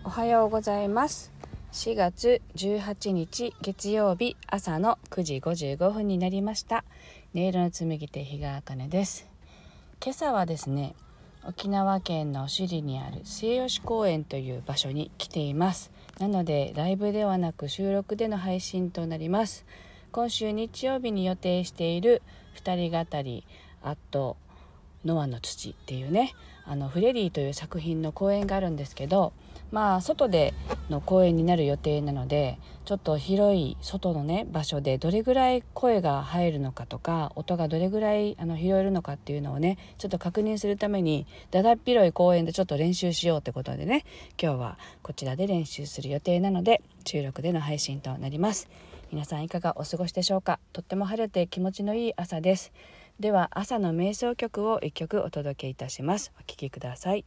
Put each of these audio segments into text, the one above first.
おはようございます。4月18日月曜日朝の9時55分になりました。音色の紡ぎ手日川茜です。今朝はですね、沖縄県の首里にある末吉公園という場所に来ています。なのでライブではなく収録での配信となります。今週日曜日に予定している二人語りノアの土っていうね、フレリーという作品の公演があるんですけど、外での公演になる予定なので、ちょっと広い外のね場所でどれぐらい声が入るのかとか、音がどれぐらい拾えるのかっていうのをね、ちょっと確認するためにだだっ広い公園でちょっと練習しようってことでね、今日はこちらで練習する予定なので、収録での配信となります。皆さんいかがお過ごしでしょうか。とっても晴れて気持ちのいい朝です。では朝の瞑想曲を一曲お届けいたします。お聴きください。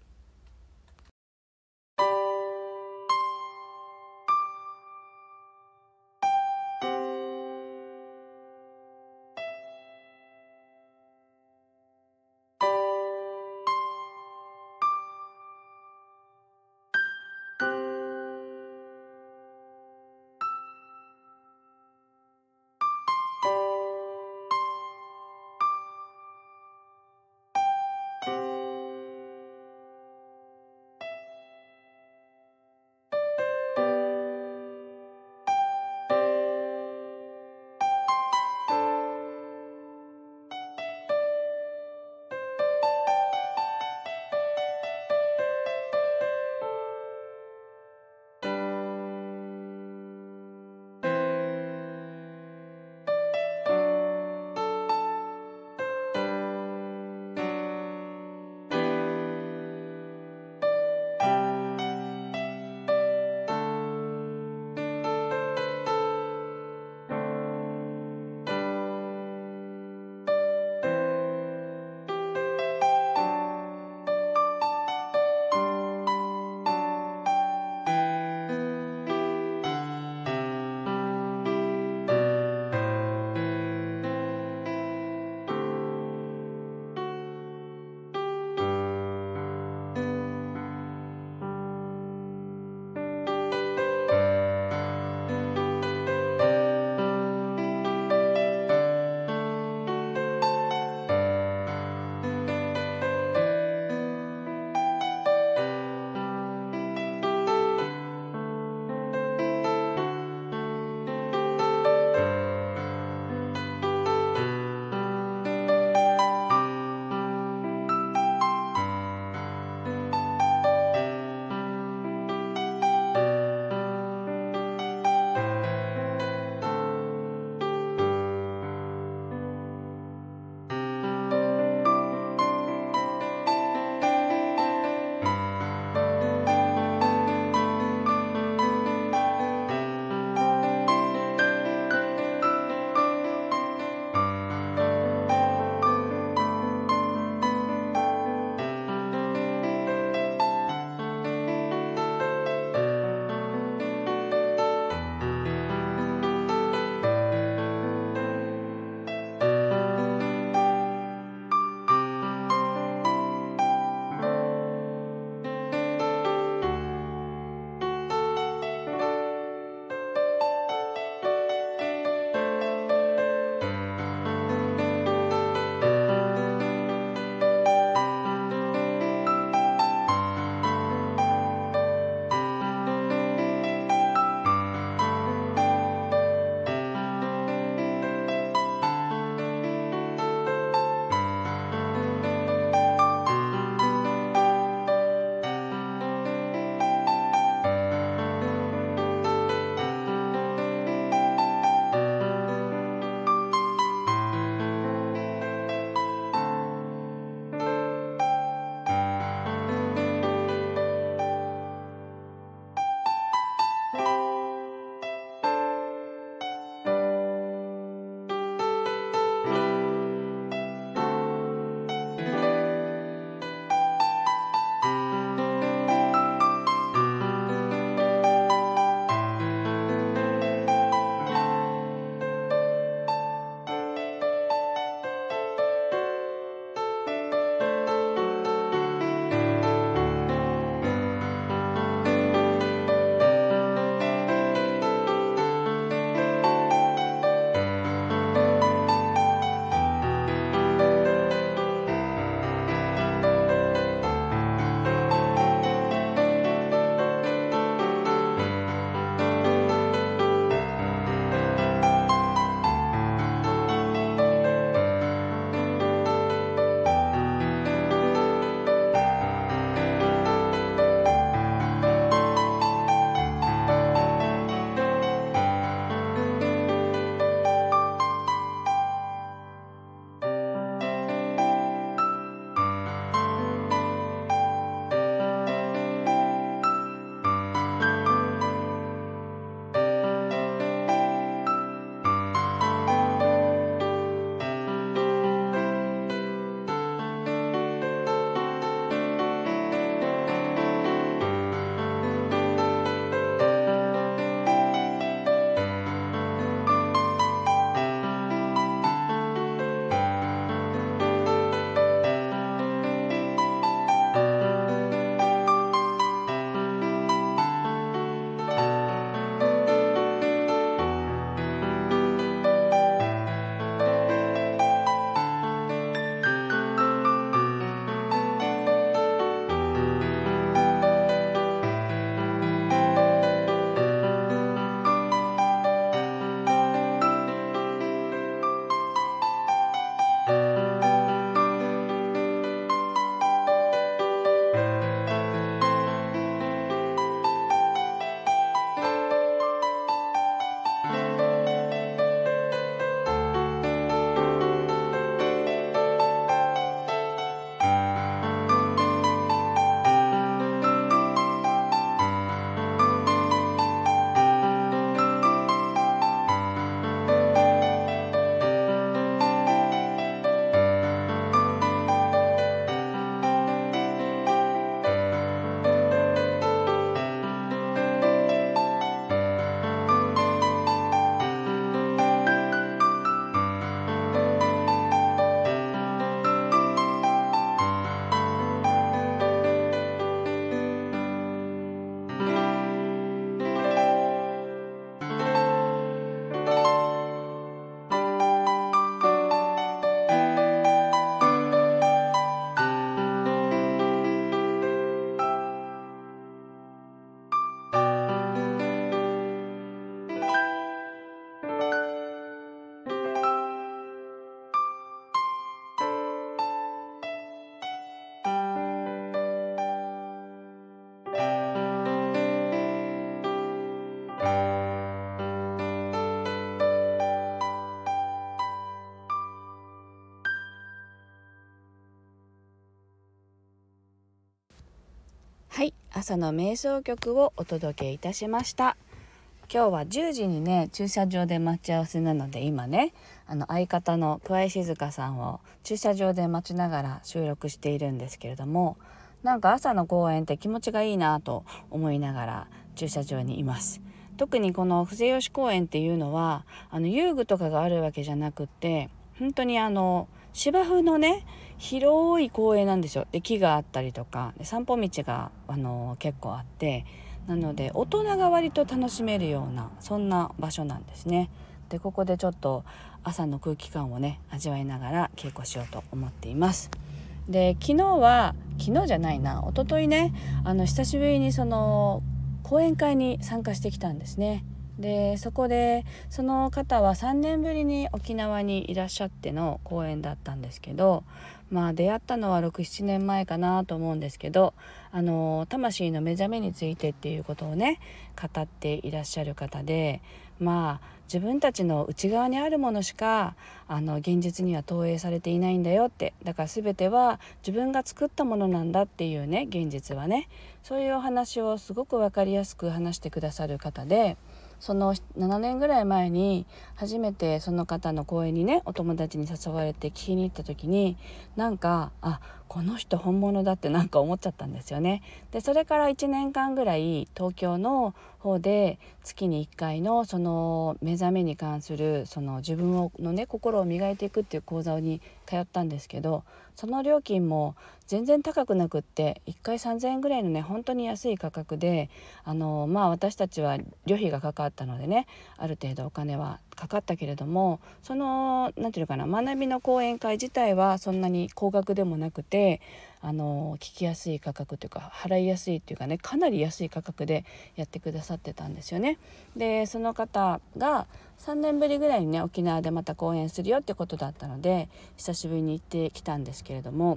朝の瞑想曲をお届けいたしました。今日は10時にね駐車場で待ち合わせなので、今ね相方の桑井静香さんを駐車場で待ちながら収録しているんですけれども、なんか朝の公園って気持ちがいいなと思いながら駐車場にいます。特にこの伏吉公園っていうのは遊具とかがあるわけじゃなくって、本当に芝生のね広い公園なんですよ。で木があったりとかで散歩道が結構あって、なので大人が割と楽しめるようなそんな場所なんですね。でここでちょっと朝の空気感をね味わいながら稽古しようと思っています。で昨日じゃないな一昨日ね久しぶりにその講演会に参加してきたんですね。でそこでその方は3年ぶりに沖縄にいらっしゃっての講演だったんですけど、出会ったのは6、7年前かなと思うんですけど、魂の目覚めについてっていうことをね語っていらっしゃる方で、自分たちの内側にあるものしか現実には投影されていないんだよって、だから全ては自分が作ったものなんだっていうね、現実はね、そういうお話をすごく分かりやすく話してくださる方で、その7年ぐらい前に初めてその方の講演にねお友達に誘われて聞きに行った時に、この人本物だって思っちゃったんですよね。でそれから1年間ぐらい東京の方で月に1回のその目覚めに関するその自分のね心を磨いていくっていう講座に通ったんですけど、その料金も全然高くなくって1回3000円ぐらいのね本当に安い価格で、私たちは旅費がかかったのでねある程度お金はかかったけれども、その学びの講演会自体はそんなに高額でもなくて、聞きやすい価格というか払いやすいというかね、かなり安い価格でやってくださってたんですよね。でその方が3年ぶりぐらいにね沖縄でまた講演するよってことだったので久しぶりに行ってきたんですけれども、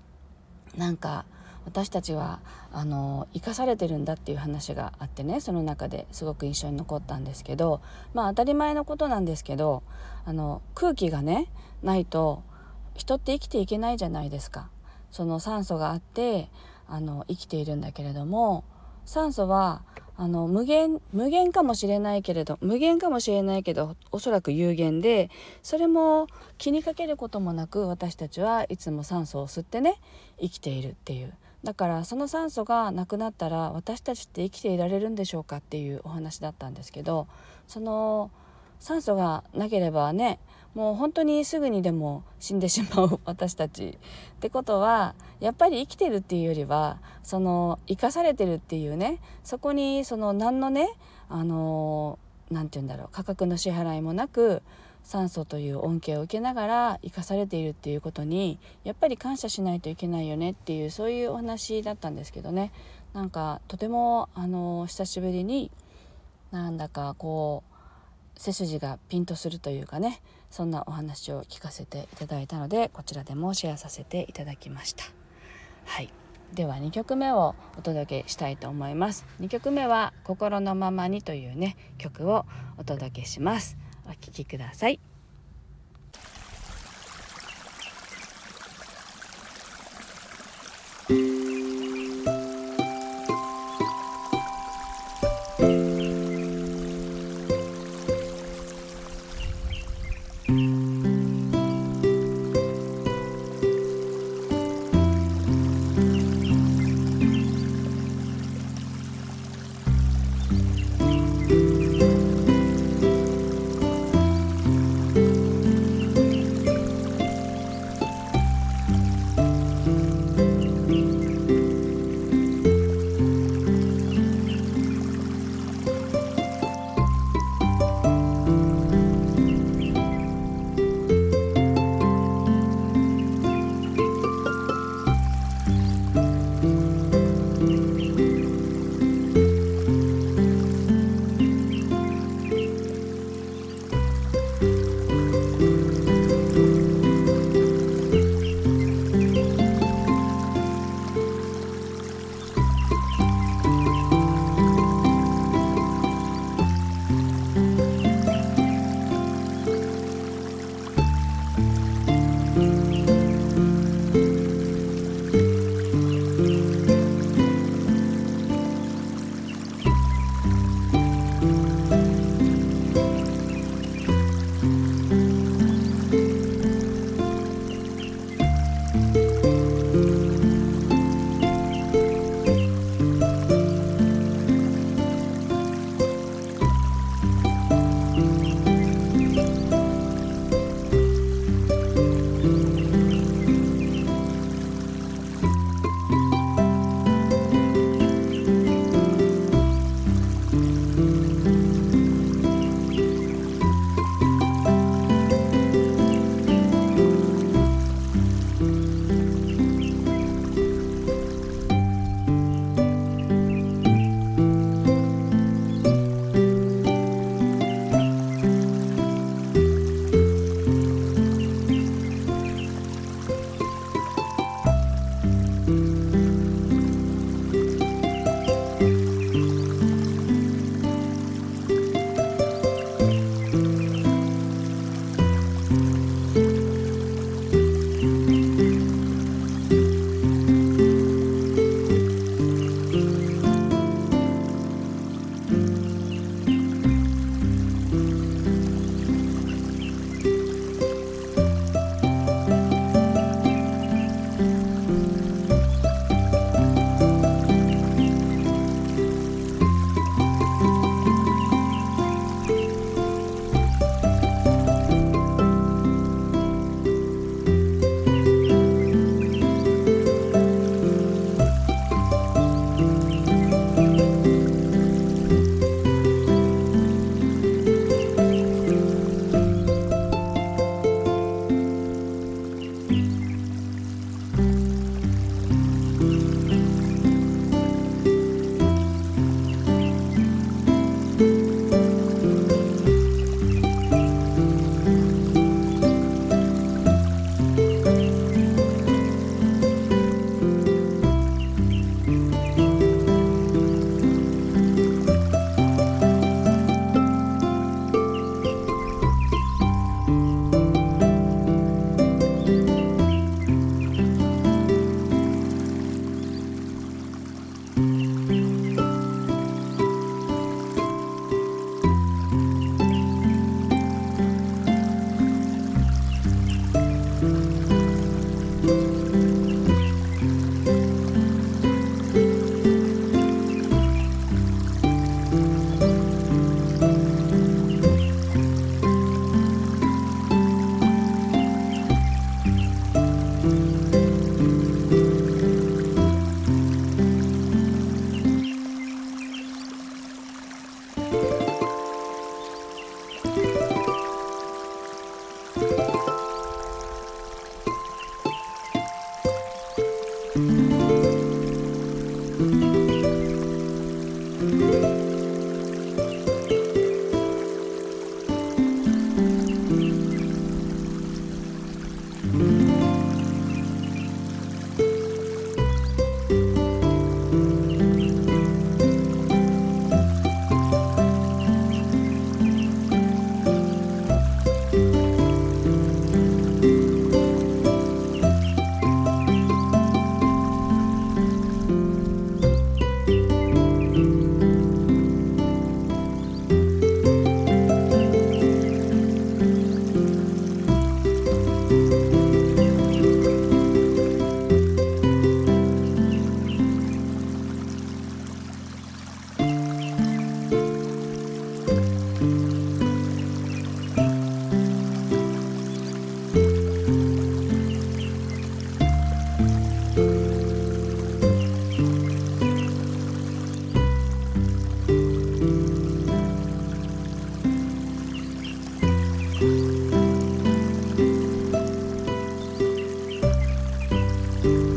私たちは生かされてるんだっていう話があってね、その中ですごく印象に残ったんですけど、当たり前のことなんですけど空気がねないと人って生きていけないじゃないですか。その酸素があって生きているんだけれども、酸素は無限かもしれないけどおそらく有限で、それも気にかけることもなく私たちはいつも酸素を吸ってね生きているっていう。だからその酸素がなくなったら私たちって生きていられるんでしょうかっていうお話だったんですけど、その酸素がなければねもう本当にすぐにでも死んでしまう私たちってことは、やっぱり生きてるっていうよりはその生かされてるっていうね、そこにその何のね価格の支払いもなく酸素という恩恵を受けながら生かされているっていうことにやっぱり感謝しないといけないよねっていう、そういうお話だったんですけどね。とても久しぶりに背筋がピンとするというかね、そんなお話を聞かせていただいたのでこちらでもシェアさせていただきました。はい、では2曲目をお届けしたいと思います。2曲目は心のままにというね曲をお届けします。お聴きください。 す。